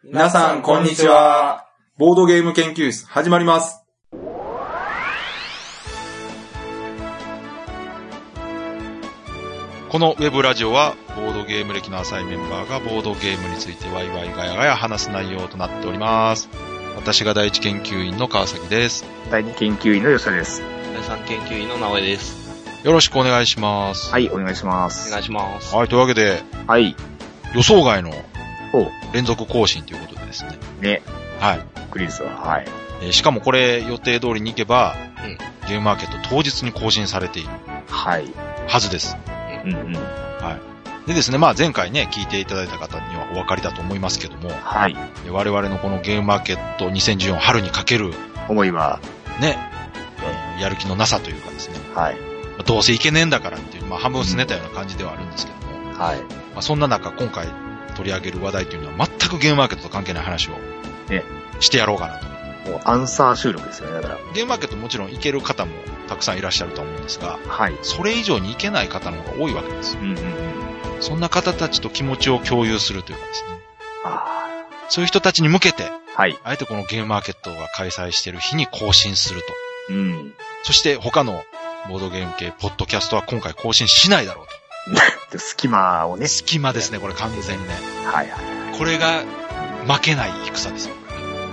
皆さん、こんにちは。ボードゲーム研究室、始まります。 このウェブラジオは、ボードゲーム歴の浅いメンバーがボードゲームについてワイワイガヤガヤ話す内容となっております。私が第一研究員の川崎です。 第二研究員の吉田です。 第三研究員の直江です。 よろしくお願いします。 はい、お願いします。 お願いします。 はい、というわけで、 はい。 予想外の連続更新ということでですね。 ね。 はい。 クリスは、はい。 しかもこれ予定通りに行けば、ゲームマーケット当日に更新されている。 はい。 はずです。 うんうん。 はい。でですね、まあ前回ね、聞いていただいた方にはお分かりだと思いますけども、 はい。 我々のこのゲームマーケット2014春にかける、 思いは、 ね、やる気のなさというかですね。 はい。 どうせいけねえんだからっていう、まあ半分すねたような感じではあるんですけども、 はい。 まあそんな中、今回取り上げる話題というのは全くゲームマーケットと関係ない話を、 ね、 してやろうかなと。 もうアンサー収録ですよね、だから。 ゲームマーケットもちろん行ける方もたくさんいらっしゃると思うんですが、 はい。 それ以上に行けない方の方が多いわけですよ。 うんうんうん。 そんな方たちと気持ちを共有するというかですね。 ああ。 そういう人たちに向けて、 はい。 あえてこのゲームマーケットが開催している日に更新すると。 うん。 そして他のボードゲーム系ポッドキャストは今回更新しないだろうと。隙間をね。 隙間ですね、これ完全にね。 はいはい。 これが負けない戦ですよ。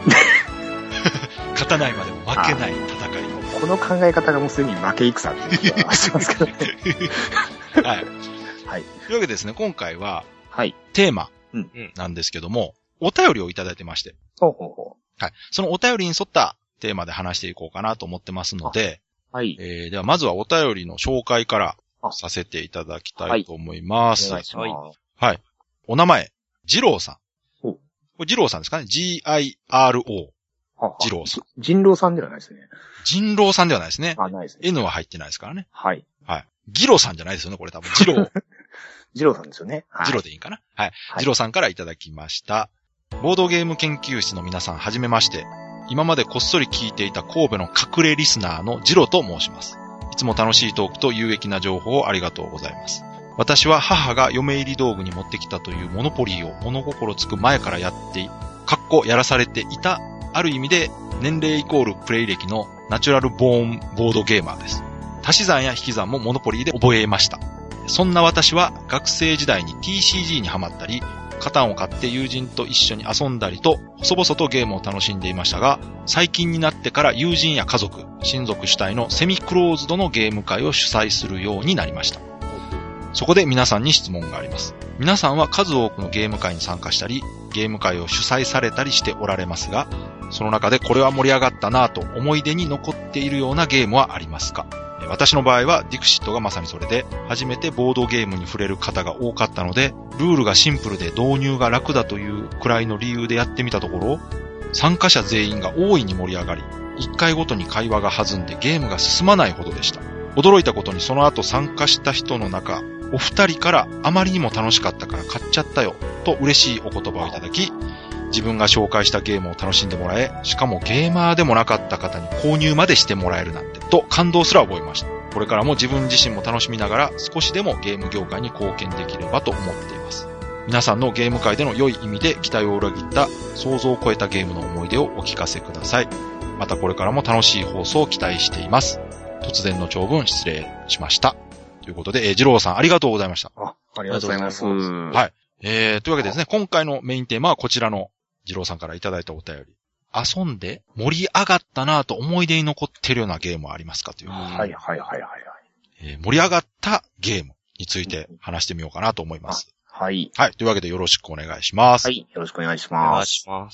勝たないまでも負けない戦い。 この考え方がもうすでに負け戦っていう気がしますけどね。 はい。 はい。 というわけでですね、今回は、 はい。 テーマなんですけども、お便りをいただいてまして。 ほうほうほう。はい。そのお便りに沿ったテーマで話していこうかなと思ってますので、 はい。 ではまずはお便りの紹介からさせていただきたいと思います。 お願いします。 はい。お名前、ジローさん。 これジローさんですかね ?G-I-R-O。ジローさん。 人狼さんではないですね。 人狼さんではないですね。 あ、ないですね。 N は入ってないですからね。 はい。 はい。ギロさんじゃないですよね、これ多分。ジロー。 ジローさんですよね。 はい。ジローでいいかな。はい。ジローさんからいただきました。ボードゲーム研究室の皆さん、はじめまして。今までこっそり聞いていた神戸の隠れリスナーのジローと申します。いつも楽しいトークと有益な情報をありがとうございます。私は母が嫁入り道具に持ってきたというモノポリーを物心つく前からやらされていた、ある意味で年齢イコールプレイ歴のナチュラルボーンボードゲーマーです。足し算や引き算もモノポリーで覚えました。そんな私は学生時代に TCG にハマったり、カタンを買って友人と一緒に遊んだりと、細々とゲームを楽しんでいましたが、最近になってから友人や家族、親族主体のセミクローズドのゲーム会を主催するようになりました。そこで皆さんに質問があります。皆さんは数多くのゲーム会に参加したり、ゲーム会を主催されたりしておられますが、その中でこれは盛り上がったなぁと思い出に残っているようなゲームはありますか？私の場合はディクシットがまさにそれで、初めてボードゲームに触れる方が多かったので、ルールがシンプルで導入が楽だというくらいの理由でやってみたところ、参加者全員が大いに盛り上がり、1回ごとに会話が弾んでゲームが進まないほどでした。驚いたことにその後参加した人の中、お二人からあまりにも楽しかったから買っちゃったよと嬉しいお言葉をいただき、自分が紹介したゲームを楽しんでもらえ、しかもゲーマーでもなかった方に購入までしてもらえるなんてと感動すら覚えました。これからも自分自身も楽しみながら少しでもゲーム業界に貢献できればと思っています。皆さんのゲーム界での良い意味で期待を裏切った想像を超えたゲームの思い出をお聞かせください。またこれからも楽しい放送を期待しています。突然の長文失礼しました。ということで、ジローさんありがとうございました。 ありがとうございます。 はい。というわけでですね、今回のメインテーマはこちらのジローさんからいただいたお便り。遊んで盛り上がったなぁと思い出に残っているようなゲームはありますかという。 はいはいはいはい。 盛り上がったゲームについて話してみようかなと思います。 はい。 はい。というわけでよろしくお願いします。 はい。よろしくお願いしお願ます。 いします。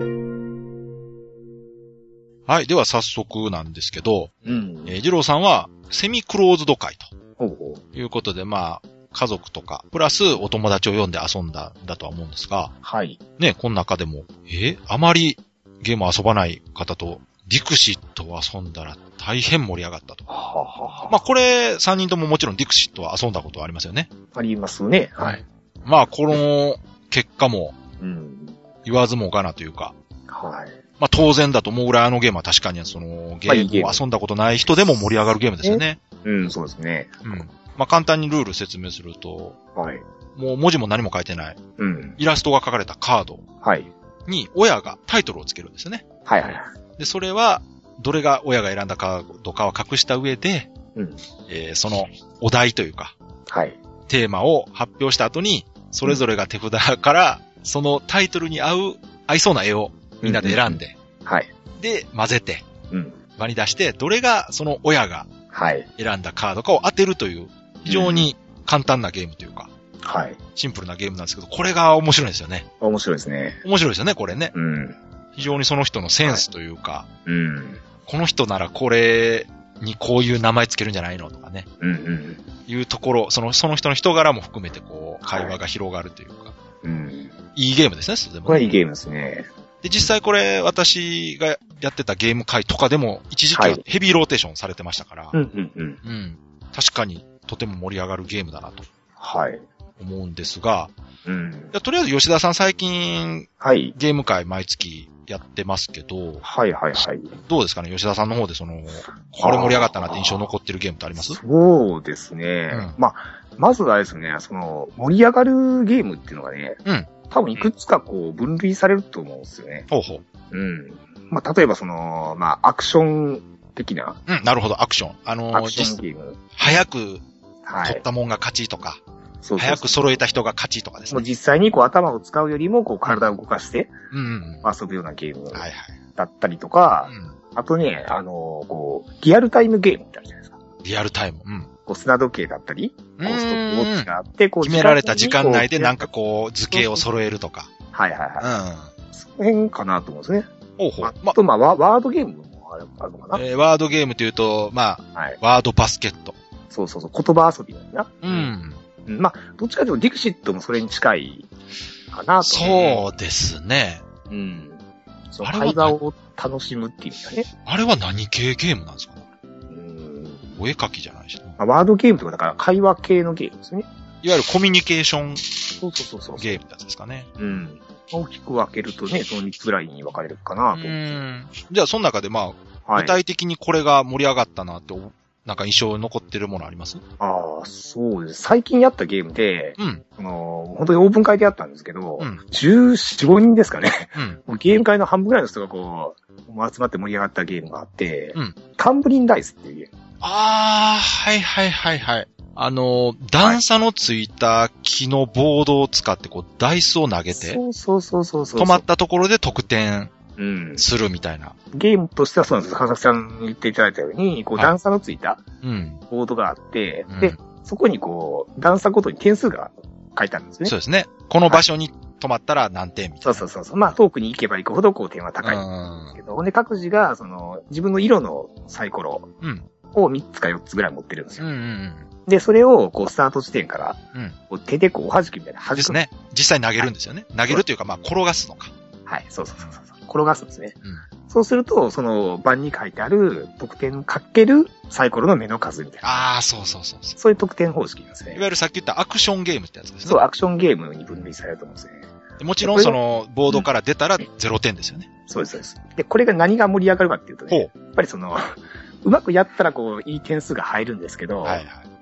はい。では早速なんですけど、ジローさんはセミクローズド会ということで、まあ、家族とか、プラスお友達を呼んで遊んだんだとは思うんですが、 はい。 ね、この中でも、あまりゲームを遊ばない方と、ディクシットを遊んだら大変盛り上がったと。まあこれ、3人とももちろんディクシットは遊んだことはありますよね。 ありますね。はい。 まあこの結果も、言わずもがなというか、 はい。 まあ当然だと思うぐらいあのゲームは確かにそのゲームを遊んだことない人でも盛り上がるゲームですよね。 そうですね。 まあ簡単にルール説明すると、 はい。 もう文字も何も書いてない、 うん。 イラストが描かれたカードはい。 に親がタイトルをつけるんですよね。 はいはいはい。 で、それは、どれが親が選んだカードかは隠した上で、 うん。 そのお題というか、 はい。 テーマを発表した後に、それぞれが手札から、そのタイトルに合いそうな絵をみんなで選んで、 はい。 で、混ぜて、 うん。 場に出して、どれがその親がはい。 選んだカードかを当てるという、非常に簡単なゲームというか、 はい。 シンプルなゲームなんですけど、これが面白いんですよね。 面白いですね。 面白いですよね、これね。 うん。 非常にその人のセンスというか、 うん。 この人ならこれにこういう名前つけるんじゃないのとかね、 うんうん。 いうところ、その人の人柄も含めてこう、会話が広がるというか、 うん。 いいゲームですね、それでもね。 これいいゲームですね。 で、実際これ、私がやってたゲーム会とかでも、一時期はヘビーローテーションされてましたから、 うんうんうん。 うん。確かに、とても盛り上がるゲームだなとはい。 思うんですが、 うん。 いやとりあえず吉田さん最近、 はい。 ゲーム会毎月やってますけど、 はいはいはい。 どうですかね吉田さんの方でこれ盛り上がったなって印象残ってるゲームってあります？ そうですね。 うんまずはですね、盛り上がるゲームっていうのがね、 うん。 多分いくつかこう分類されると思うんですよね。 ほうほう。 うん。例えばアクション的なうん、なるほど、アクション。 アクションゲーム。 早くはい。 取ったもんが勝ちとか、 そうそうそう早く揃えた人が勝ちとかですね。 もう実際にこう頭を使うよりもこう体を動かしてうんうん。 遊ぶようなゲームはいはい。 だったりとか、あとね、リアルタイムゲームってあるじゃないですか。 リアルタイム。うん。 こう砂時計だったり、こうストップウォッチがあって、こう決められた時間内でなんか。 かこう、図形を揃えるとか。 はいはいうん。 はい。その辺かなと思うんですね。 ほうほう。 あと、ワードゲームもあるのかな。 ワードゲームというと、 はい。 ワードバスケット。 そうそうそう、言葉遊びだよな。 うん。 どっちかというとディクシットもそれに近いかなと。 そうですね。 うん。そのあれは会話を楽しむっていう意味だね。 あれは何系ゲームなんですか？ うん。 お絵描きじゃないしな。 ワードゲームとかだから会話系のゲームですね。 いわゆるコミュニケーションそうそうそう。 ゲームってやつですかね。 うん。大きく分けるとね、その3つぐらいに分かれるかなと。 じゃあ、その中ではい。 具体的にこれが盛り上がったなって、なんか印象に残ってるものあります？ ああ、そうです。最近やったゲームで、 うん。 本当にオープン会でやったんですけど、 うん 14、15人ですかね。 うん。 ゲーム会の半分ぐらいの人がこう、集まって盛り上がったゲームがあって、 うんタンブリンダイスっていうゲーム。 はいはいはいはい。段差のついた木のボードを使ってこう、ダイスを投げて、 そうそうそうそうそう。 止まったところで得点うん。 するみたいな。 ゲームとしてはそうなんです。川崎さんに言っていただいたように、こうはい段差のついたうん。 ボードがあって、 うんで、そこにこう、段差ごとに点数が書いてあるんですね。 そうですね。この場所に止まったら何点みたそいうな。 そうそう。遠くに行けば行くほどこう点は高いんですけど、ほんで各自が自分の色のサイコロうん。 を3つか4つぐらい持ってるんですよ。 うんうんで、それをこうスタート地点から、 うんこう手でこうおはじきみたいなうん。 弾く。 ですね。実際投げるんですよね。投げるというか、転がすのか。 はい、そうそうそうそう。転がすんですね。 うん。 そうすると、その盤に書いてある得点かけるサイコロの目の数みたいな。 そうそうそうそそういう得点方式なんですね。 いわゆるさっき言ったアクションゲームってやつですね。 そう、アクションゲームに分類されると思うんですね。 もちろんその、ボードから出たら0点ですよね。 そうです、そうです。で、これが何が盛り上がるかっていうとね、やっぱりうまくやったらこう、いい点数が入るんですけど、 はいはい。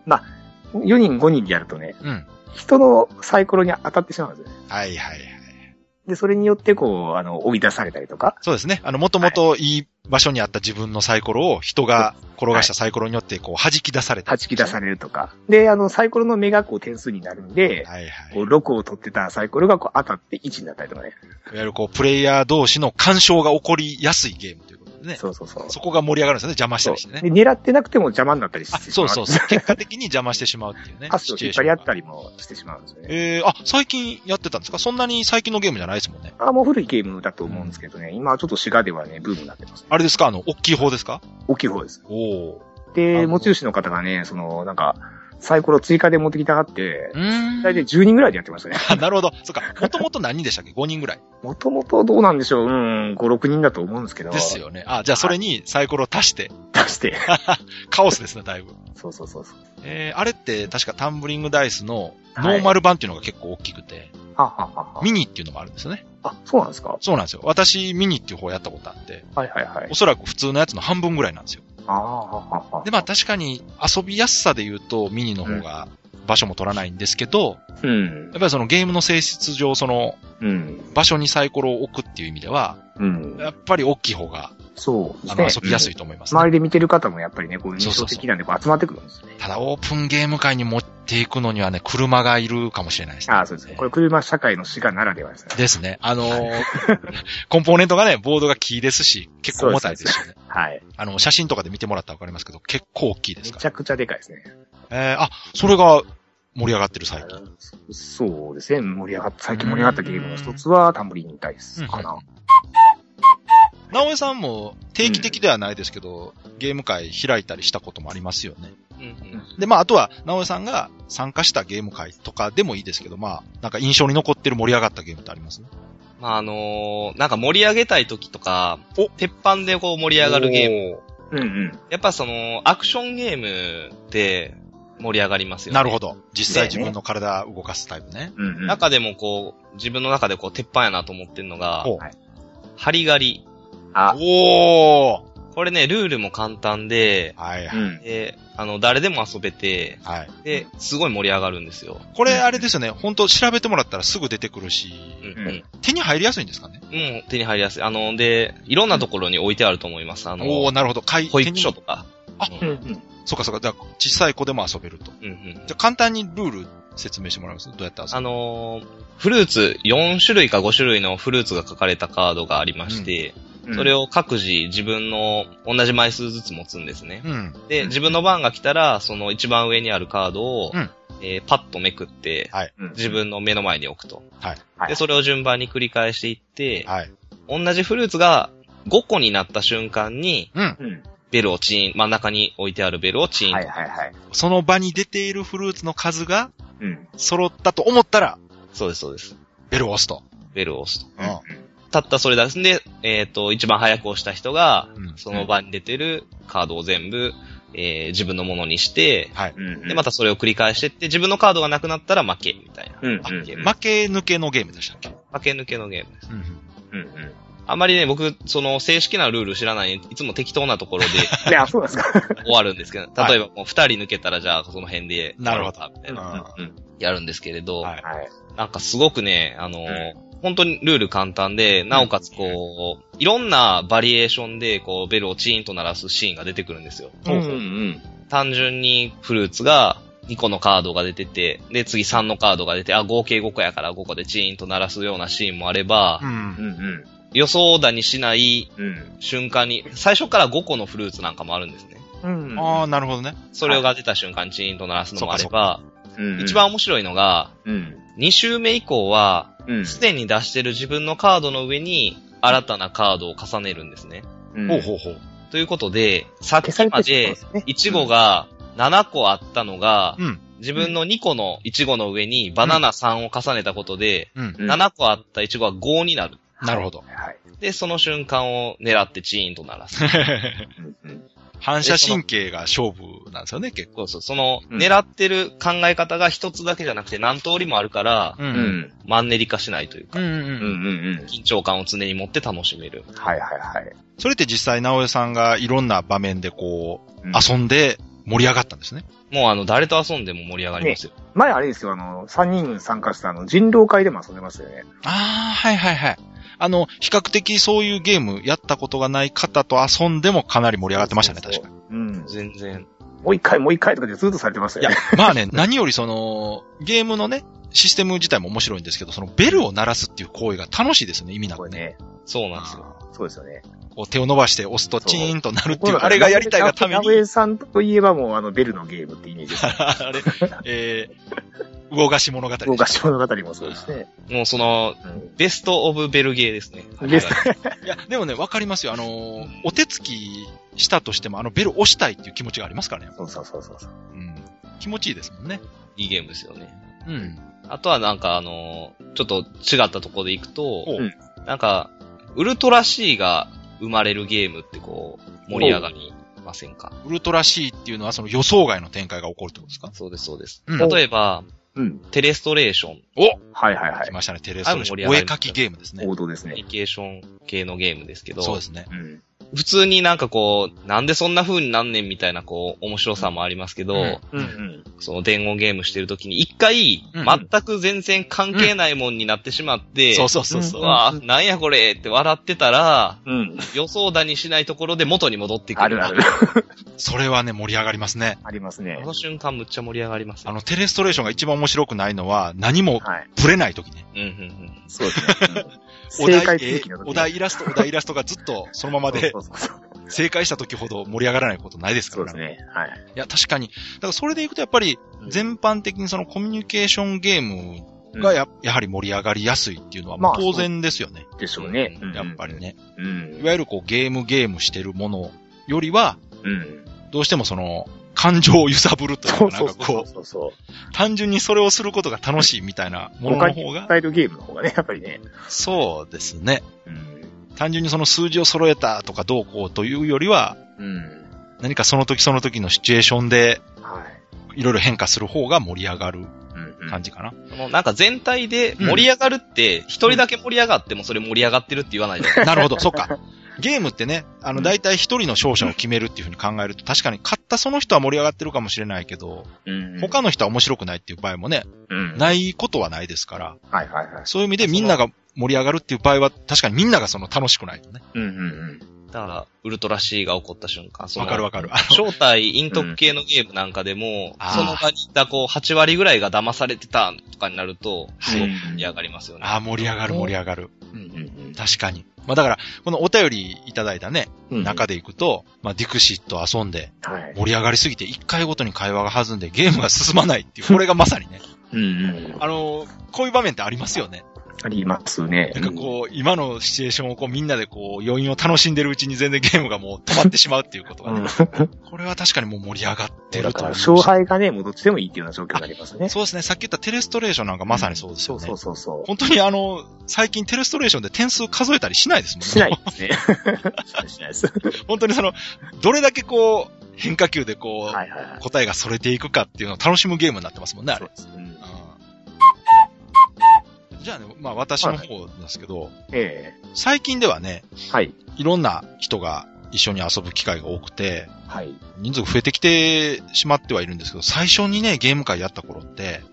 4人5人でやるとね、 うん。 人のサイコロに当たってしまうんですよね。 はいはいはい。 で、それによってこう、追い出されたりとか、 そうですね。もともといい場所にあった自分のサイコロを人が転がしたサイコロによってこう弾き出された。 弾き出されるとか。で、サイコロの目がこう点数になるんで、 はいはい。 こう6を取ってたサイコロがこう当たって1になったりとかね。 いわゆるこう、プレイヤー同士の干渉が起こりやすいゲームということでね。 そうそうそう。 そこが盛り上がるんですよね。邪魔したりしてね。 で狙ってなくても邪魔になったりしてしまう。 そうそうそう。結果的に邪魔してしまうっていうね。 パスを引っ張り合ったりもしてしまうんですよね。 最近やってたんですか？そんなに最近のゲームじゃないですもんね。 もう古いゲームだと思うんですけどね、今はちょっと滋賀ではね、ブームになってます、ね。 あれですか？大きい方ですか？ 大きい方です。 おお。 で、持ち主の方がね、サイコロ追加で持ってきたがって、 大大体10人ぐらいでやってましたね。 なるほど。そっか。もともと何人でしたっけ？ 5 人ぐらい。 もともとどうなんでしょう。5、6人だと思うんですけど。 ですよね。じゃあそれにサイコロを足して、 出して。 カオスですね、だいぶ。 そうそうそうそう。 あれって確かタンブリングダイスのノーマル版っていうのが結構大きくて、ミニっていうのもあるんですよね。 そうなんですか？ そうなんですよ。私、ミニっていう方やったことあって、 はいはいはいお。そらく普通のやつの半分ぐらいなんですよ。 ああ、 で、確かに遊びやすさで言うとミニの方が場所も取らないんですけど、 うん。 やっぱりそのゲームの性質上、その、 うん。 場所にサイコロを置くっていう意味では、 うん。 やっぱり大きい方が、 そうですね。 遊びやすいと思いますね。 周りで見てる方もやっぱりね、こう印象的なんでこう集まってくるんですよね。 ただ、オープンゲーム界に持っていくのにはね、車がいるかもしれないですね。 ああ、そうですね。これ車社会の滋賀ならではですね。 ですね。コンポーネントがね、ボードが木ですし、結構重たいですしね。 はい。 写真とかで見てもらったらわかりますけど、結構大きいですから。 めちゃくちゃでかいですね。 それが盛り上がってる最近。 そうですね。最近盛り上がったゲームの一つはタンブリンダイスかな。 直江さんも定期的ではないですけど、ゲーム会開いたりしたこともありますよね。で、あとは、直江さんが参加したゲーム会とかでもいいですけど、なんか印象に残ってる盛り上がったゲームってありますね。 なんか盛り上げたい時とか、鉄板でこう盛り上がるゲーム。 うんうん。 やっぱアクションゲームって盛り上がりますよね。 なるほど。実際自分の体動かすタイプね。 うんうん。 中でもこう、自分の中でこう、鉄板やなと思ってるのが、ハリガリ。 おー。 これね、ルールも簡単で、 はいはい。 で、誰でも遊べて、 はい。 で、すごい盛り上がるんですよ。 これあれですよね。本当調べてもらったらすぐ出てくるし、手に入りやすいんですかね。 手に入りやすい。で、いろんなところに置いてあると思います。 なるほど。 保育所とか。 そうか。じゃあ、小さい子でも遊べると。じゃあ、簡単にルール説明してもらいます？どうやって遊ぶ？ フルーツ、4種類か5種類のフルーツが書かれたカードがありまして、それを各自自分の同じ枚数ずつ持つんですね。で、自分の番が来たら、その一番上にあるカードを、パッとめくって、自分の目の前に置くと。で、それを順番に繰り返していって、同じフルーツが5個になった瞬間に、ベルをチーン、真ん中に置いてあるベルをチーンと。 その場に出ているフルーツの数が、揃ったと思ったら、 そうです。 ベルを押すと。 たったそれだ。で、一番早く押した人が、その場に出てるカードを全部、自分のものにして、で、またそれを繰り返していって、自分のカードがなくなったら負け、みたいな。 負け抜けのゲームでしたっけ？ 負け抜けのゲームです。あんまりね、僕、正式なルール知らない、いつも適当なところで、 いや、そうですか。 終わるんですけど、例えばもう2人抜けたら、じゃあその辺で、 なるほど。 みたいな、やるんですけれど、なんかすごくね、本当にルール簡単で、なおかつこう、いろんなバリエーションで、こう、ベルをチーンと鳴らすシーンが出てくるんですよ。単純にフルーツが2個のカードが出てて、で、次3のカードが出て、合計5個やから5個でチーンと鳴らすようなシーンもあれば、予想だにしない瞬間に、最初から5個のフルーツなんかもあるんですね。 なるほどね。 それが出た瞬間にチーンと鳴らすのもあれば、一番面白いのが、2周目以降は、すでに出してる自分のカードの上に新たなカードを重ねるんですね。ということで、さっきまでイチゴが7個あったのが、自分の2個のイチゴの上にバナナ3を重ねたことで、7個あったイチゴは5になる。 なるほど。 で、その瞬間を狙ってチーンと鳴らす。 反射神経が勝負なんですよね、結構。 そう。狙ってる考え方が一つだけじゃなくて何通りもあるから、マンネリ化しないというか、緊張感を常に持って楽しめる。 それって実際、直江さんがいろんな場面でこう、遊んで盛り上がったんですね。 もう誰と遊んでも盛り上がりますよ。 前あれですよ、3人参加した人狼会でも遊んでましたよね。 比較的そういうゲームやったことがない方と遊んでもかなり盛り上がってましたね、確かに。 全然。 もう一回とかでずっとされてましたよね。 いや、何よりゲームのね、システム自体も面白いんですけど、ベルを鳴らすっていう行為が楽しいですね、意味なくね。 そうなんですよ。 そうですよね。 こう手を伸ばして押すとチーンとなるっていう、あれがやりたいがために。 名古さんといえばもうベルのゲームってイメージです、ね。 あれ、魚菓子物語。 魚菓子物語もそうですね。 もうベストオブベルゲーですね。 いや、でもね、わかりますよ。お手つきしたとしてもベル押したいっていう気持ちがありますからね。 そう。 気持ちいいですもんね。 いいゲームですよね。あとはなんかちょっと違ったところでいくと、なんか、ウルトラ C が生まれるゲームってこう、盛り上がりませんか？ ウルトラ C っていうのはその予想外の展開が起こるってことですか？ そうです。例えば、テレストレーション。 来ましたね、テレストレーション。お絵描きゲームですね。 王道ですね。 アプリケーション系のゲームですけど。 そうですね。 普通になんかこう、なんでそんな風になんねんみたいなこう、面白さもありますけど、その伝言ゲームしてる時に一回、全く全然関係ないもんになってしまって、 そうそうそうそう。 わぁ、なんやこれって笑ってたら、予想だにしないところで元に戻ってくる。 ある。 それはね、盛り上がりますね。 ありますね。 あの瞬間むっちゃ盛り上がります、ね。 テレストレーションが一番面白くないのは、何もブレない時ね。 そうですね。 お題イラストがずっとそのままで、正解した時ほど盛り上がらないことないですからね。 そうですね。はい。 いや、確かに。だからそれでいくとやっぱり、全般的にそのコミュニケーションゲームがやはり盛り上がりやすいっていうのはもう当然ですよね。 でしょうね。 やっぱりね。いわゆるこうゲームしてるものよりは、どうしてもその、感情を揺さぶるというか、なんかこう、単純にそれをすることが楽しいみたいなものの方が。 スタイルゲームの方がね、やっぱりね。 そうですね。単純にその数字を揃えたとかどうこうというよりは、何かその時その時のシチュエーションで、いろいろ変化する方が盛り上がる感じかな。 なんか全体で盛り上がるって、一人だけ盛り上がってもそれ盛り上がってるって言わないじゃないですか。 なるほど、そっか。ゲームってね、大体一人の勝者を決めるっていうふうに考えると、確かに勝ったその人は盛り上がってるかもしれないけど、他の人は面白くないっていう場合もね、ないことはないですから、そういう意味でみんなが盛り上がるっていう場合は、確かにみんながその楽しくないとね。 だから、ウルトラ C が起こった瞬間、 わかるわかる。 正体、陰徳系のゲームなんかでも、その場にいたこう、8割ぐらいが騙されてたとかになると、すごく盛り上がりますよね。 盛り上がる。確かに。まあだから、このお便りいただいたね、中でいくと、まあディクシット遊んで、盛り上がりすぎて1回ごとに会話が弾んでゲームが進まないっていう、これがまさにね。こういう場面ってありますよね。 ありますね。 なんかこう、今のシチュエーションをこうみんなでこう、余韻を楽しんでるうちに全然ゲームがもう止まってしまうっていうことがね。これは確かにもう盛り上がってると思う。 勝敗がね、もうどっちでもいいっていうような状況になりますね。 そうですね。さっき言ったテレストレーションなんかまさにそうですよね。 そう。 本当に最近テレストレーションで点数数えたりしないですもんね。 しないですね。しないです。 本当にどれだけこう、変化球でこう、答えがそれていくかっていうのを楽しむゲームになってますもんね、あれ。じゃあね、まあ私の方ですけど、最近ではね、いろんな人が一緒に遊ぶ機会が多くて、人数が増えてきてしまってはいるんですけど、最初にね、ゲーム会やった頃って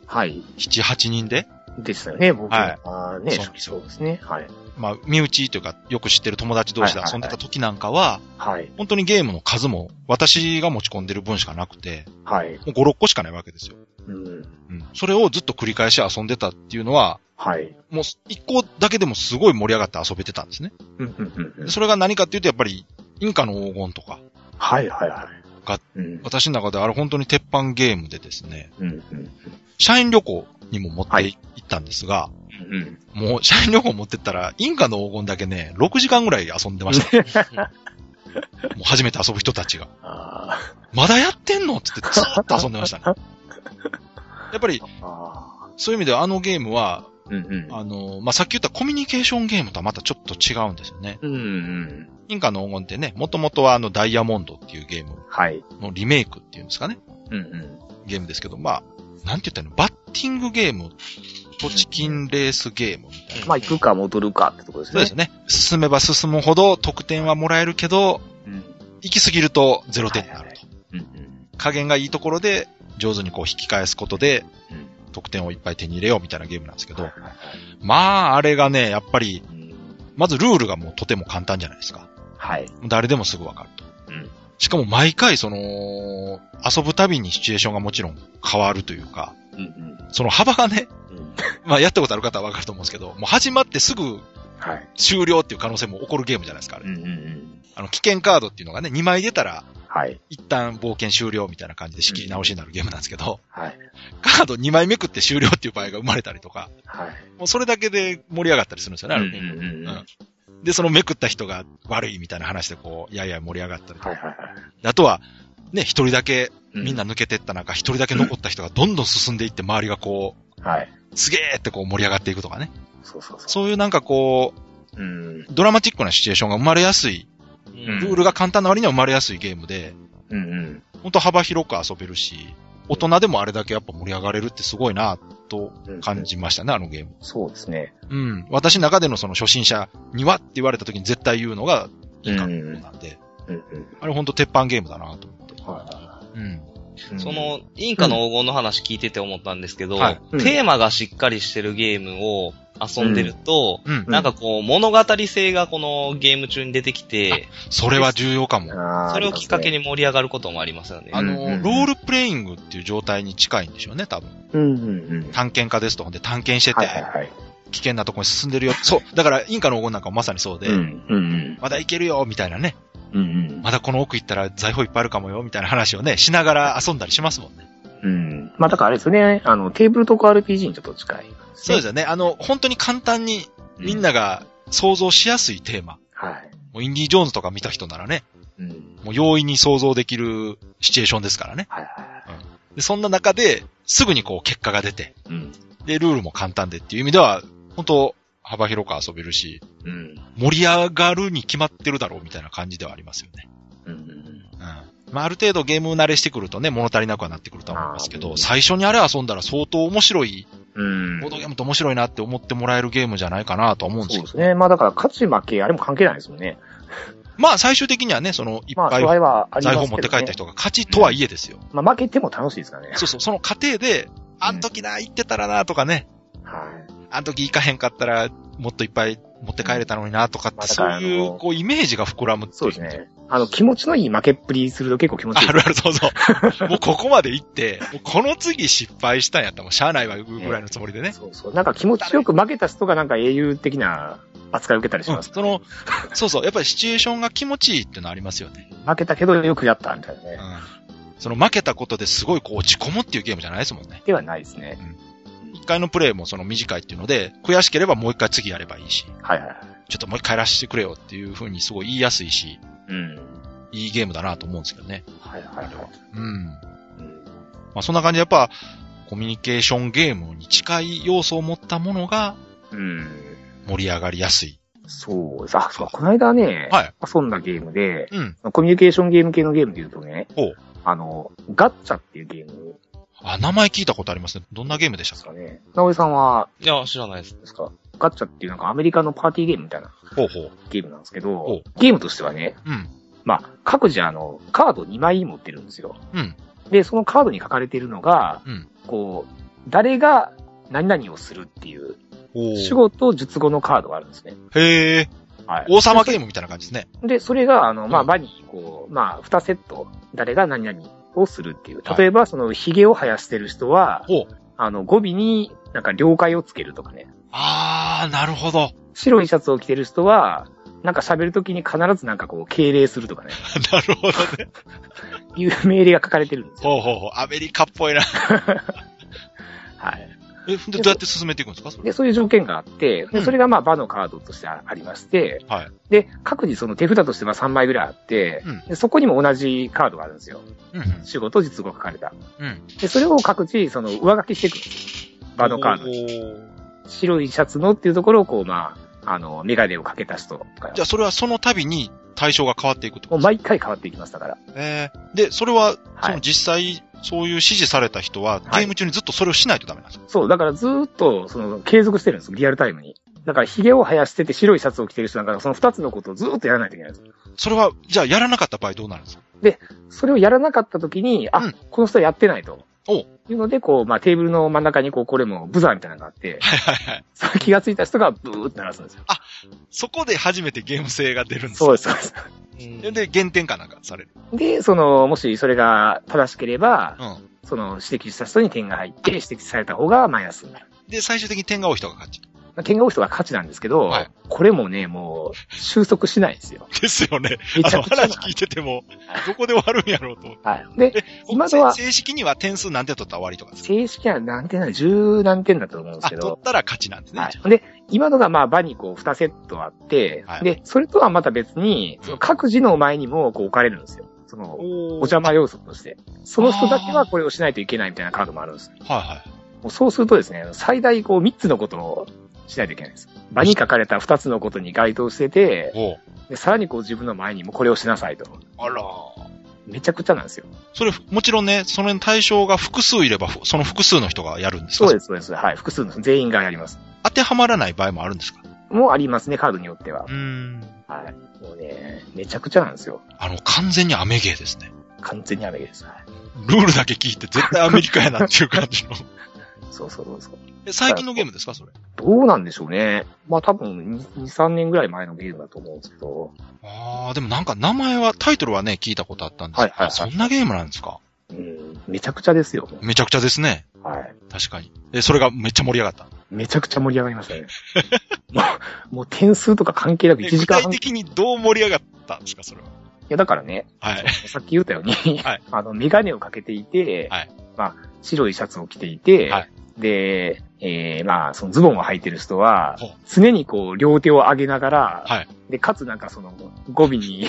、7、8人でですよね、僕はね、そうですね。 まあ、身内というか、よく知ってる友達同士で遊んでた時なんかは、本当にゲームの数も私が持ち込んでる分しかなくて、もう5、6個しかないわけですよ。それをずっと繰り返し遊んでたっていうのは、もう1個だけでもすごい盛り上がって遊べてたんですね。それが何かっていうと、やっぱり、インカの黄金とか。が、私の中であれ本当に鉄板ゲームでですね、社員旅行にも持って行ったんですが、もう社員旅行持ってったら、インカの黄金だけね、6時間ぐらい遊んでました。もう初めて遊ぶ人たちが。まだやってんのって言ってずーっと遊んでましたね。やっぱり、そういう意味ではあのゲームは、まあ、さっき言ったコミュニケーションゲームとはまたちょっと違うんですよね。インカの黄金ってね、もともとはダイヤモンドっていうゲームのリメイクっていうんですかね。ゲームですけど、まあ、なんて言ったらいいの、バッティングゲームとチキンレースゲームみたいな。 まあ、行くか戻るかってとこですね。 そうですね。進めば進むほど得点はもらえるけど、行き過ぎると0点になると。加減がいいところで上手にこう引き返すことで、得点をいっぱい手に入れようみたいなゲームなんですけど、まあ、あれがね、やっぱり、まずルールがもうとても簡単じゃないですか。誰でもすぐわかると。しかも毎回遊ぶたびにシチュエーションがもちろん変わるというか、その幅がね、まあやったことある方はわかると思うんですけど、もう始まってすぐ終了っていう可能性も起こるゲームじゃないですか、あれ。危険カードっていうのがね、2枚出たら、一旦冒険終了みたいな感じで仕切り直しになるゲームなんですけど、カード2枚めくって終了っていう場合が生まれたりとか、もうそれだけで盛り上がったりするんですよね、あるゲーム。で、そのめくった人が悪いみたいな話でこう、やや盛り上がったりとか。あとは、ね、一人だけみんな抜けてった中、一人だけ残った人がどんどん進んでいって周りがこう、すげーってこう盛り上がっていくとかね。そういうなんかこう、ドラマチックなシチュエーションが生まれやすい、ルールが簡単な割には生まれやすいゲームで、ほんと幅広く遊べるし、大人でもあれだけやっぱ盛り上がれるってすごいなと感じましたね、あのゲーム。 そうですね。 私の中でのその初心者にはって言われた時に絶対言うのが、 インカのなんで、あれほんと鉄板ゲームだなと思って。 その、インカの黄金の話聞いてて思ったんですけど、テーマがしっかりしてるゲームを遊んでると、なんかこう、物語性がこのゲーム中に出てきて、 それは重要かも。 それをきっかけに盛り上がることもありますよね。 ロールプレイングっていう状態に近いんでしょうね、多分。探検家ですと。で、探検してて、危険なところに進んでるよ。そう。だから、インカの黄金なんかもまさにそうで、まだ行けるよ、みたいなね。まだこの奥行ったら財宝いっぱいあるかもよ、みたいな話をね、しながら遊んだりしますもんね。 まあだからあれですね、テーブルトーク RPG にちょっと近い、 そうですよね。本当に簡単にみんなが想像しやすいテーマ。もうインディ・ジョーンズとか見た人ならね、もう容易に想像できるシチュエーションですからね。でそんな中で、すぐにこう結果が出て、で、ルールも簡単でっていう意味では、本当幅広く遊べるし、盛り上がるに決まってるだろうみたいな感じではありますよね。まあ、ある程度ゲーム慣れしてくるとね、物足りなくはなってくると思いますけど、最初にあれ遊んだら相当面白い、ボードゲームって面白いなって思ってもらえるゲームじゃないかなと思うんですよ。 そうですね。まあだから勝ち負け、あれも関係ないですもんね。 まあ最終的にはね、そのいっぱい財宝持って帰った人が勝ちとはいえですよ。 まあ負けても楽しいですからね。 そうそう、その過程で、あん時な、言ってたらなとかね。あん時行かへんかったら、もっといっぱい持って帰れたのになとかって、そういう、こう、イメージが膨らむっていう。 そうですね。気持ちのいい負けっぷりすると結構気持ちいい。 あるある、そうそう。もうここまで行って、もうこの次失敗したんやったらもうしゃあないわぐらいのつもりでね。 そうそう。なんか気持ちよく負けた人がなんか英雄的な扱いを受けたりします、ね。 そうそう。やっぱりシチュエーションが気持ちいいっていうのありますよね。 負けたけどよくやったみたいなね。 その負けたことですごいこう落ち込むっていうゲームじゃないですもんね。 ではないですね。 一回のプレイもその短いっていうので、悔しければもう一回次やればいいし。ちょっともう一回やらせてくれよっていう風にすごい言いやすいし。いいゲームだなと思うんですけどね。まあそんな感じでやっぱ、コミュニケーションゲームに近い要素を持ったものが、盛り上がりやすい。 そうです。そう、この間ね、遊んだゲームで、コミュニケーションゲーム系のゲームで言うとね、ガッチャっていうゲーム。 名前聞いたことありますね。どんなゲームでしたかね。 直江さんは、 いや、知らないです。 ですか。ガッチャっていうなんかアメリカのパーティーゲームみたいなゲームなんですけど、ゲームとしてはね、まあ、各自カード2枚持ってるんですよ。で、そのカードに書かれているのが、こう、誰が何々をするっていう、守護と術後のカードがあるんですね。 へー。王様ゲームみたいな感じですね。 で、それが、まあ、場に、こう、まあ、2セット、誰が何々をするっていう。例えば、その、髭を生やしてる人は、語尾になんか了解をつけるとかね。 なるほど。 白いシャツを着てる人は、なんか喋るときに必ずなんかこう、敬礼するとかね。 なるほどね。 いう命令が書かれてるんですよ。 アメリカっぽいな。で、どうやって進めていくんですか？ で、そういう条件があって、でそれがまあ場のカードとしてありまして、で、各自その手札としては3枚ぐらいあって、でそこにも同じカードがあるんですよ。守護と術後書かれた。で、それを各自その上書きしていくんですよ。場のカードに。白いシャツのっていうところをこう、まあ、メガネをかけた人とか。 じゃあそれはその度に対象が変わっていくってことですか？もう毎回変わっていきますだから。 で、それは、その実際、そういう指示された人は、ゲーム中にずっとそれをしないとダメなんですか？ そう、だからずーっと、継続してるんですよ、リアルタイムに。だから、髭を生やしてて白いシャツを着てる人なんかその2つのことをずーっとやらないといけないんです。 それは、じゃあやらなかった場合どうなるんですか？ で、それをやらなかった時に、この人はやってないと。いうので、こう、まあ、テーブルの真ん中にこれもブザーみたいなのがあって、それ気がついた人がブーって鳴らすんですよ。 そこで初めてゲーム性が出るんですか？ そうです、そうです。 で、減点かなんかされる。 で、もしそれが正しければ、指摘した人に点が入って、指摘された方がマイナスになる。 で、最終的に点が多い人が勝ち。 点が多い人が勝ちなんですけど、これもね、もう、収束しないんですよ。 ですよね。話聞いてても、どこで終わるんやろうと。 で、今のは、 正式には点数何点取ったら終わりとかですか？ 正式には何点なの ?10 何点だと思うんですけど。 取ったら勝ちなんですね。 で、今のがまあ場にこう2セットあって、で、それとはまた別に、各自の前にもこう置かれるんですよ。お邪魔要素として。その人だけはこれをしないといけないみたいなカードもあるんです。もうそうするとですね、最大こう3つのことをしないといけないんです。場に書かれた2つのことに該当してて、でさらにこう自分の前にもこれをしなさいと。めちゃくちゃなんですよ。 それ、もちろんね、その対象が複数いれば、その複数の人がやるんですか？ そうです、そうです。はい。複数の全員がやります。 当てはまらない場合もあるんですか？ もありますね、カードによっては。 はい。 もうね、めちゃくちゃなんですよ。 完全にアメゲーですね。 完全にアメゲーです。はい。 ルールだけ聞いて絶対アメリカやなっていう感じの。 そう。 最近のゲームですか、それ。 どうなんでしょうね。まあ多分2、3年ぐらい前のゲームだと思うんですけど。 でもなんか名前は、タイトルはね、聞いたことあったんですけど、はい。そんなゲームなんですか？ めちゃくちゃですよ。 めちゃくちゃですね。 はい。 確かに。それがめっちゃ盛り上がった。 めちゃくちゃ盛り上がりましたね。もう点数とか関係なく1時間半。 具体的にどう盛り上がったんですか、それは。 いや、だからね。 はい。 さっき言ったように、 はい。 メガネをかけていて、 はい。 まあ、白いシャツを着ていて、はい。で、まあ、そのズボンを履いてる人は、常にこう、両手を上げながら、はい。で、かつなんかその、語尾に、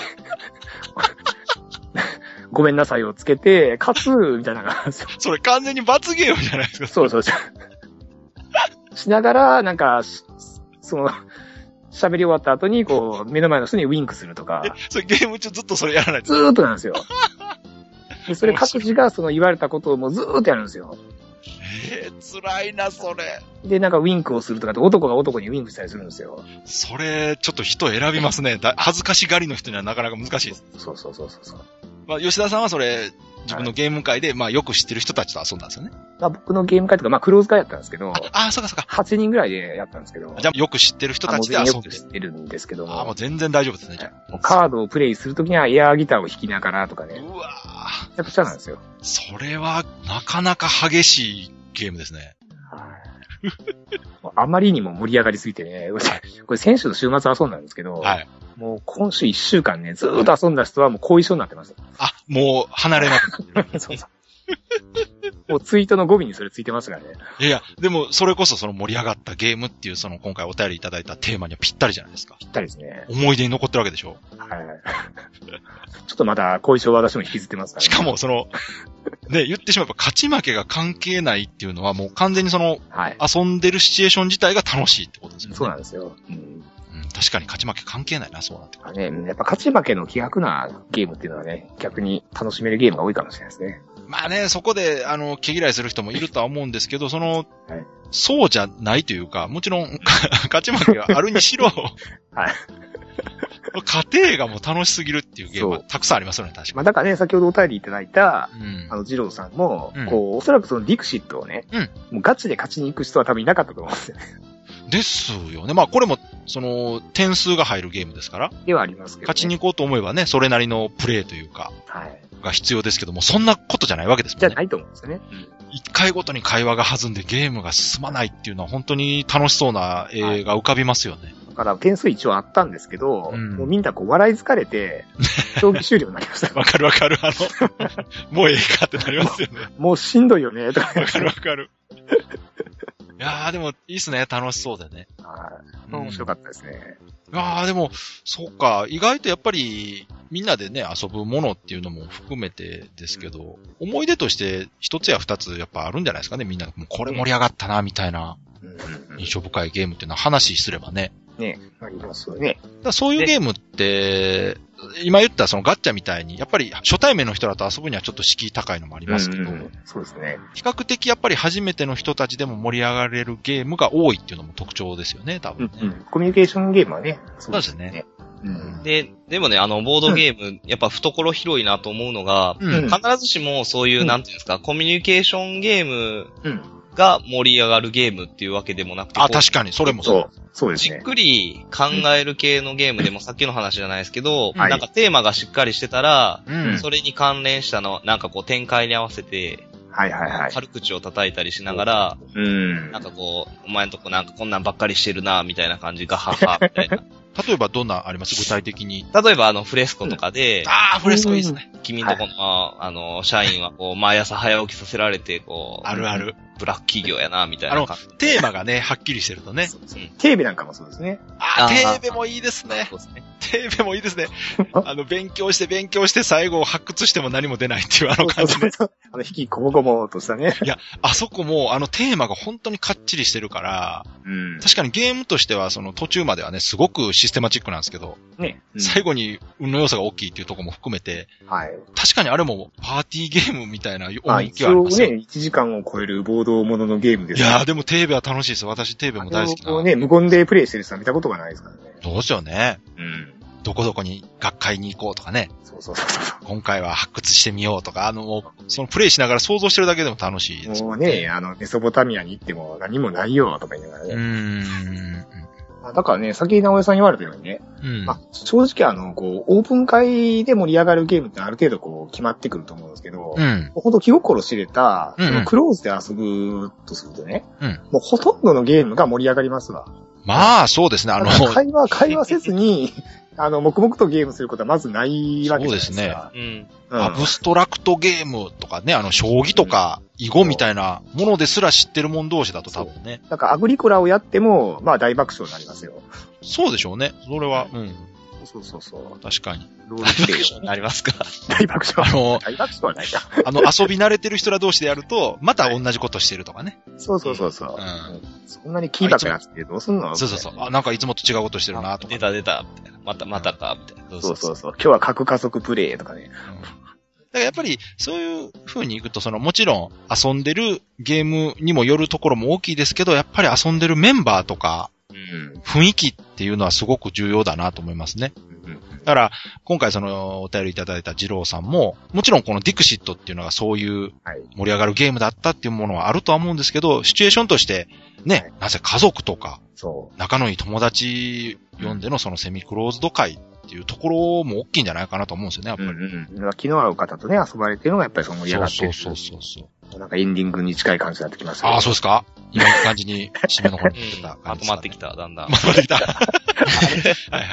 ごめんなさいをつけて、かつ、みたいな感じ。 それ完全に罰ゲームじゃないですか。 そう。しながら、なんか、その、喋り終わった後に、こう、目の前の人にウィンクするとか。 それゲーム中ずっとそれやらないと。 ずーっとなんですよ。で、それ各自がその言われたことをもうずーっとやるんですよ。 辛いな、それ。 で、なんかウィンクをするとかって男が男にウィンクしたりするんですよ。 それ、ちょっと人選びますね。恥ずかしがりの人にはなかなか難しいです。 そう。 まあ、吉田さんはそれ、自分のゲーム界で、まあ、よく知ってる人たちと遊んだんですよね。 まあ、僕のゲーム界とか、まあ、クローズ会やったんですけど。 そうか。 8人ぐらいでやったんですけど。 じゃあ、よく知ってる人たちで遊んでる。 よく知ってるんですけども。 もう全然大丈夫ですね、じゃあ。 カードをプレイするときにはエアーギターを弾きながらとかね。 うわぁ。 めちゃくちゃなんですよ。 それは、なかなか激しいゲームですね。 あまりにも盛り上がりすぎてね、これ先週の週末遊んだんですけど、はい。もう今週1週間ね、ずーっと遊んだ人はもう後遺症になってます。 もう離れなくなってる。 そう。もうツイートの語尾にそれついてますからね。 いや、でもそれこそその盛り上がったゲームっていうその今回お便りいただいたテーマにはぴったりじゃないですか。 ぴったりですね。 思い出に残ってるわけでしょ。 はい。ちょっとまだ後遺症は私も引きずってますからね。しかもその、ね、言ってしまえば勝ち負けが関係ないっていうのはもう完全にその、はい、遊んでるシチュエーション自体が楽しいってことですよね。 そうなんですよ。 確かに勝ち負け関係ないな、そうなってくる。 ね、やっぱ勝ち負けの希薄なゲームっていうのはね、逆に楽しめるゲームが多いかもしれないですね。 まあね、そこで、毛嫌いする人もいるとは思うんですけど、はい、そうじゃないというか、もちろん、勝ち負けがあるにしろ、はい。家庭がもう楽しすぎるっていうゲームはたくさんありますよね、確かに。 まあだからね、先ほどお便りいただいた、二郎さんも、こう、おそらくそのディクシットをね、もうガチで勝ちに行く人は多分いなかったと思うんですよね。 ですよね。まあこれも、点数が入るゲームですから。 ではありますけど、ね。 勝ちに行こうと思えばね、それなりのプレイというか、 はい。 が必要ですけども、そんなことじゃないわけですもんね。 じゃないと思うんですよね。 一回ごとに会話が弾んでゲームが進まないっていうのは本当に楽しそうな絵が浮かびますよね。 だから点数一応あったんですけど、もうみんなこう笑い疲れて、競技終了になりました。 わかる。もうええかってなりますよね。 もうしんどいよね、とか。 わかる。いやーでもいいっすね、楽しそうでね。 はい。面白かったですね。 でも、そうか、意外とやっぱり、みんなでね、遊ぶものっていうのも含めてですけど、思い出として一つや二つやっぱあるんじゃないですかね、みんな。もうこれ盛り上がったな、みたいな、印象深いゲームっていうのは話すればね。 ね、ありますよね。 そういうゲームって、今言ったそのガッチャみたいに、やっぱり初対面の人だと遊ぶにはちょっと敷居高いのもありますけど、 そうですね。 比較的やっぱり初めての人たちでも盛り上がれるゲームが多いっていうのも特徴ですよね、多分ね。 コミュニケーションゲームはね。 そうですね。 でもね、ボードゲーム、やっぱ懐広いなと思うのが、必ずしもそういう、なんていうんですか、コミュニケーションゲームが盛り上がるゲームっていうわけでもなくて。 確かに、それもそう。 そうですね。 じっくり考える系のゲームでもさっきの話じゃないですけど、なんかテーマがしっかりしてたら、それに関連したの、なんかこう展開に合わせて、軽口を叩いたりしながら、なんかこう、お前んとこなんかこんなんばっかりしてるな、みたいな感じ、ガハハ、みたいな。 例えばどんなあります具体的に。 例えばフレスコとかで、 フレスコいいですね。 君んとこの、社員はこう、毎朝早起きさせられて、こう、 ある。 ブラック企業やな、みたいな。 テーマがね、はっきりしてるとね。 テーベなんかもそうですね。 テーベもいいですね。 テーベもいいですね。勉強して最後発掘しても何も出ないっていう感じね。 引きこもごもとしたね。 いや、あそこもテーマが本当にかっちりしてるから、確かにゲームとしては途中まではね、すごくシステマチックなんですけど、ね、最後に運の要素が大きいっていうところも含めて、はい、確かにあれもパーティーゲームみたいな雰囲気はありますよ。ね、1時間を超えるボードもののゲームです、 ね。いやでもテーベは楽しいです。私テーベも大好きな。 ね、無言でプレイしてる人は見たことがないですからね。 そうですよね。どこどこに学会に行こうとかね。そう。今回は発掘してみようとか、そのプレイしながら想像してるだけでも楽しいです、ね。 もうね、メソポタミアに行っても何もないよとか言いながらね。だからね、先直江さん言われたようにね、正直オープン会で盛り上がるゲームってある程度決まってくると思うんですけど、ほんと気心知れた、クローズで遊ぶとするとね、もうほとんどのゲームが盛り上がりますわ。 まあ、そうですね、 会話せずに、黙々とゲームすることはまずないわけですね。そうですね。アブストラクトゲームとかね、将棋とか、囲碁みたいなものですら知ってるもん同士だと多分ね。 だからアグリコラをやっても、まあ大爆笑になりますよ。 そうでしょうね。それは、 そう。 確かに。 ロールプレイになりますか。 大爆笑。大爆笑はないか。 遊び慣れてる人ら同士でやると、また同じことしてるとかね。 そう。そんなに気ばっかなくてどうすんの？ そう。なんかいつもと違うことしてるなとか。 出た、みたいな。またか、みたいな。 そう。今日は核加速プレイとかね。 だからやっぱり、そういう風に行くと、もちろん遊んでるゲームにもよるところも大きいですけど、やっぱり遊んでるメンバーとか、雰囲気っていうのはすごく重要だなと思いますね。だから、今回お便りいただいた二郎さんも、もちろんこのディクシットっていうのがそういう盛り上がるゲームだったっていうものはあるとは思うんですけど、シチュエーションとしてね、なぜ家族とか、仲のいい友達呼んでのセミクローズド会っていうところも大きいんじゃないかなと思うんですよね、やっぱり。 気の合う方とね、遊ばれてるのがやっぱり盛り上がってる。 そう。 なんかエンディングに近い感じになってきました。 ああ、そうですか？今いい感じに締めの方に来たまとまってきた、だんだん。 まとまってきた。はい。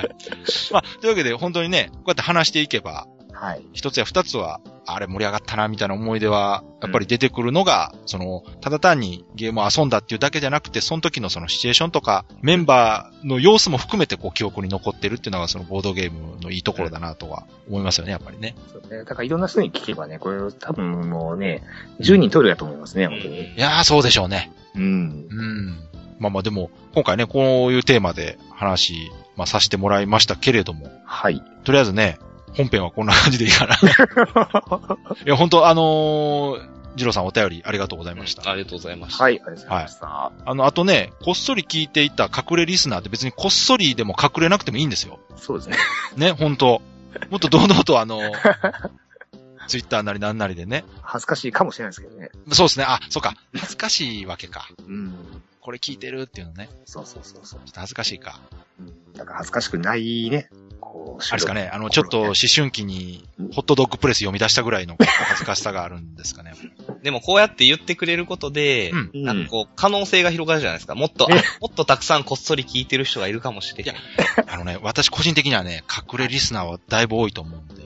まあ、というわけで本当にね、こうやって話していけば、一つや二つは、あれ盛り上がったな、みたいな思い出は、やっぱり出てくるのが、ただ単にゲームを遊んだっていうだけじゃなくて、その時のシチュエーションとか、メンバーの様子も含めて記憶に残ってるっていうのが、ボードゲームのいいところだなとは思いますよね、やっぱりね。 そうね。だからいろんな人に聞けばね、これ多分もうね、10人取るやと思いますね、本当に。 いやー、そうでしょうね。まあでも、今回ね、こういうテーマで話、させてもらいましたけれども。とりあえずね、本編はこんな感じでいいかな。いや、本当ジローさんお便りありがとうございました。 ありがとうございました。 はい、ありがとうございました。 あとね、こっそり聞いていた隠れリスナーって別にこっそりでも隠れなくてもいいんですよ。 そうですね。 ね、本当もっと堂々とツイッターなりなんなりでね。 恥ずかしいかもしれないですけどね。 そうですね。あ、そうか。恥ずかしいわけか。これ聞いてるっていうのね。 そう。ちょっと恥ずかしいか。 だから恥ずかしくないね。 あれですかね、ちょっと思春期にホットドッグプレス読み出したぐらいの恥ずかしさがあるんですかね。 でもこうやって言ってくれることで、なんか可能性が広がるじゃないですか。もっとたくさんこっそり聞いてる人がいるかもしれない。 いや、私個人的にはね、隠れリスナーはだいぶ多いと思うんで。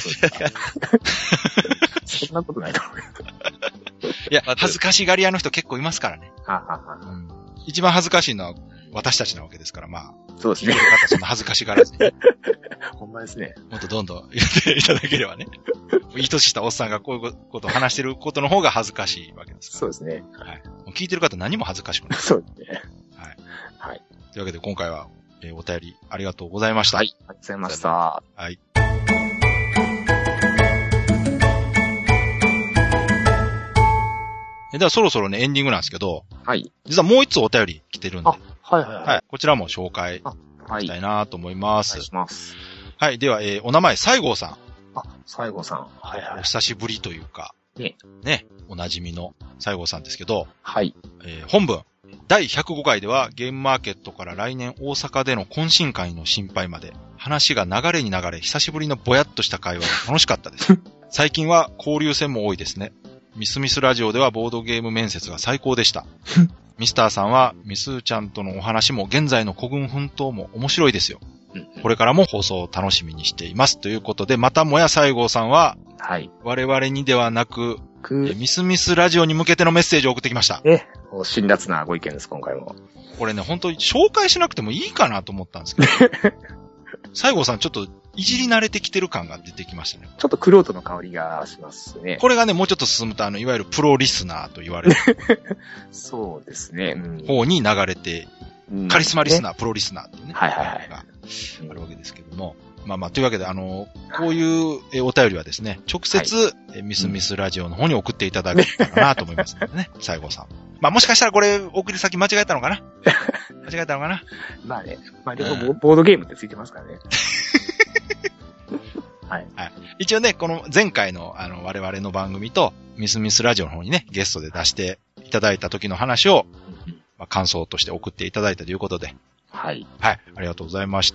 そんなことないと思う。 いや、恥ずかしがり屋の人結構いますからね。一番恥ずかしいのは私たちなわけですから、まあ。 そうですね。 そんな恥ずかしがらずに。 ほんまですね。 もっとどんどん言っていただければね。いい年したおっさんがこういうことを話してることの方が恥ずかしいわけですから。 そうですね。 はい。聞いてる方何も恥ずかしくない。 そうですね。 はい。というわけで今回は、お便りありがとうございました。 はい。ありがとうございました。 はい。ではそろそろね、エンディングなんですけど、実はもう一つお便り来てるんで、こちらも紹介したいなと思います。 お願いします。 はい。では、お名前、西郷さん。 西郷さん。 お久しぶりというか、ね、お馴染みの西郷さんですけど、本文、第105回ではゲームマーケットから来年大阪での懇親会の心配まで、話が流れに流れ、久しぶりのぼやっとした会話が楽しかったです。最近は交流戦も多いですね。ミスミスラジオではボードゲーム面接が最高でした。ミスターさんはミスーちゃんとのお話も現在の孤軍奮闘も面白いですよ。これからも放送を楽しみにしています。ということで、またもや西郷さんは、我々にではなく、ミスミスラジオに向けてのメッセージを送ってきました。 辛辣なご意見です、今回も。 これね、本当に紹介しなくてもいいかなと思ったんですけど。 西郷さんちょっといじり慣れてきてる感が出てきましたね。 ちょっと玄人の香りがしますね。 これがね、もうちょっと進むといわゆるプロリスナーと言われる。 そうですね。 方に流れて、カリスマリスナー、プロリスナーっていうね。 はいはいはい。 があるわけですけども。まあまあ、というわけで、こういうお便りはですね、直接、ミスミスラジオの方に送っていただけたらなと思いますのでね、西郷さん。まあもしかしたらこれ、送り先間違えたのかな間違えたのかなまあね、まあでもボードゲームってついてますからね。はい。 はい。一応ね、この前回の我々の番組と、ミスミスラジオの方にね、ゲストで出していただいた時の話を、まあ、感想として送っていただいたということで。 はい。 はい。ありがとうございました。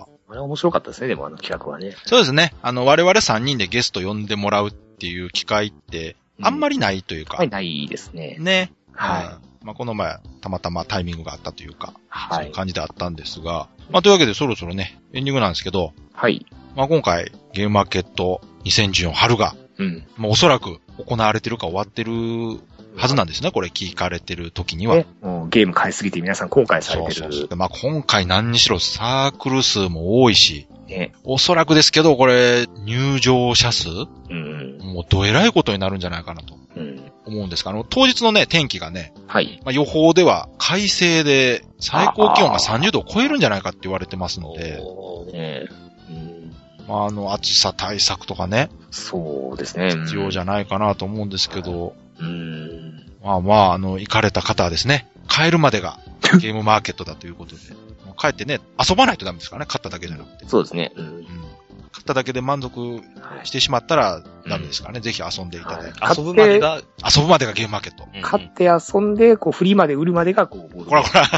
あれ面白かったですね、でも企画はね。 そうですね。我々3人でゲスト呼んでもらうっていう機会って、あんまりないというか。 はい、ないですね。 ね。 はい。 まあ、この前、たまたまタイミングがあったというか、 はい。 そういう感じであったんですが、まあ、というわけでそろそろね、エンディングなんですけど、 はい。 まあ、今回、ゲームマーケット2014春が、まあ、おそらく行われてるか終わってるはずなんですね、これ聞かれてる時には。 ね、もうゲーム買いすぎて皆さん後悔されてる。 そう。まあ、今回何にしろサークル数も多いし、 ね、 おそらくですけど、これ、入場者数、もうどえらいことになるんじゃないかなと。思うんですが、当日のね、天気がね、 はい。 まあ、予報では快晴で最高気温が30度を超えるんじゃないかって言われてますので、まあ、暑さ対策とかね。 そうですね。 必要じゃないかなと思うんですけど、まあまあ、行かれた方はですね、帰るまでがゲームマーケットだということで、帰ってね、遊ばないとダメですからね、買っただけじゃなくて。 そうですね。 買っただけで満足してしまったらダメですからね、ぜひ遊んでいただいて。 遊ぶまでがゲームマーケット。 買って遊んで、フリーまで売るまでがほらほら。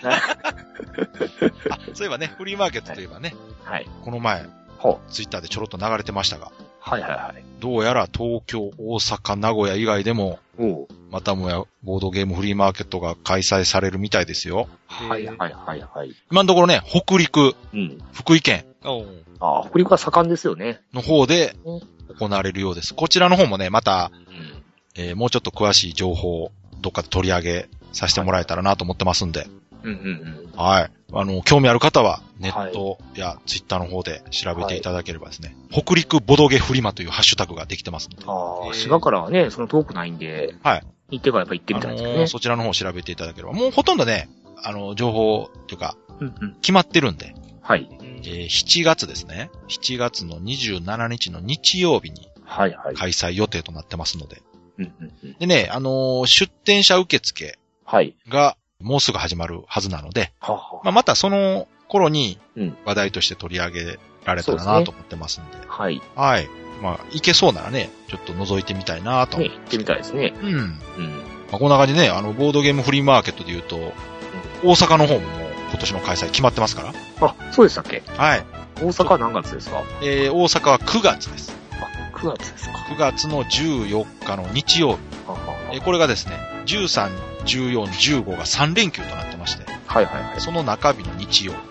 そういえばね、フリーマーケットといえばね、はい。この前、ツイッターでちょろっと流れてましたが、 はいはいはい。 どうやら東京、大阪、名古屋以外でも、またもやボードゲームフリーマーケットが開催されるみたいですよ。 はいはいはいはい。 今のところね、北陸、福井県。 北陸は盛んですよね。 の方で行われるようです。こちらの方もね、また、もうちょっと詳しい情報をどっかで取り上げさせてもらえたらなと思ってますんで。はい。興味ある方は、ネットやツイッターの方で調べていただければですね、北陸ボドゲフリマというハッシュタグができてますので。 滋賀からはね、その遠くないんで、はい。行ってからやっぱ行ってみたいですね。 そちらの方を調べていただければ、もうほとんどね、情報というか、決まってるんで、 はい。 7月ですね。7月の27日の日曜日に、開催予定となってますので。でね、出店者受付がもうすぐ始まるはずなので、またその頃に話題として取り上げられたらなと思ってますんで。はい。はい。まあ、行けそうならね、ちょっと覗いてみたいなと思って。 行ってみたいですね。 まあ、こんな感じでね、ボードゲームフリーマーケットで言うと、大阪の方ももう今年の開催決まってますから。 あ、そうでしたっけ？ はい。 大阪は何月ですか？ 大阪は9月です。 あ、9月ですか。 9月の14日の日曜日。これがですね、13、14、15が3連休となってまして。 はいはいはい。 その中日の日曜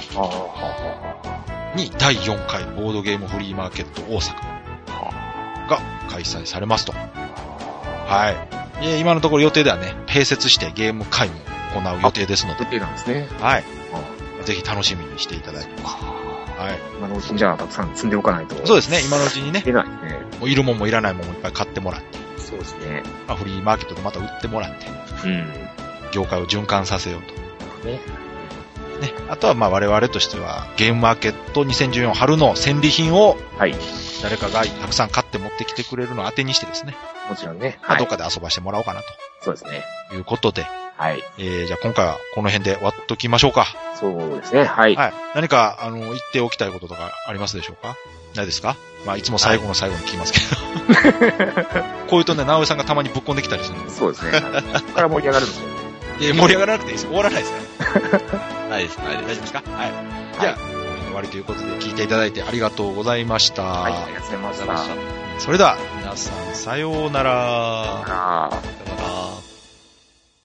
に第4回ボードゲームフリーマーケット大阪が開催されますと。はい。今のところ予定ではね、併設してゲーム会も行う予定ですので。 予定なんですね。 はい。ぜひ楽しみにしていただいて。はい。 今のうちにじゃあたくさん積んでおかないと。 そうですね、今のうちにね。 出ないね。 もういるもんもいらないもんもいっぱい買ってもらって。 そうですね。 まあ、フリーマーケットでまた売ってもらって。業界を循環させようと。ね。あとはまあ我々としてはゲームマーケット2014春の戦利品を誰かがたくさん買って持ってきてくれるのを当てにしてですね。 もちろんね。 はい。どっかで遊ばしてもらおうかなと。 そうですね。 いうことで。 はい。 じゃあ今回はこの辺で終わっときましょうか。 そうですね。はい。 はい。何か言っておきたいこととかありますでしょうか？ないですか？まあいつも最後の最後に聞きますけど。こういうとね、直江さんがたまにぶっ込んできたりするんで。 そうですね。ここから盛り上がるんですよ。 盛り上がらなくていいです。終わらないですね。 ないです。 大丈夫ですか？はい。じゃあ、終わりということで聞いていただいてありがとうございました。 はい、ありがとうございました。 それでは、皆さん、さようなら。 さようなら。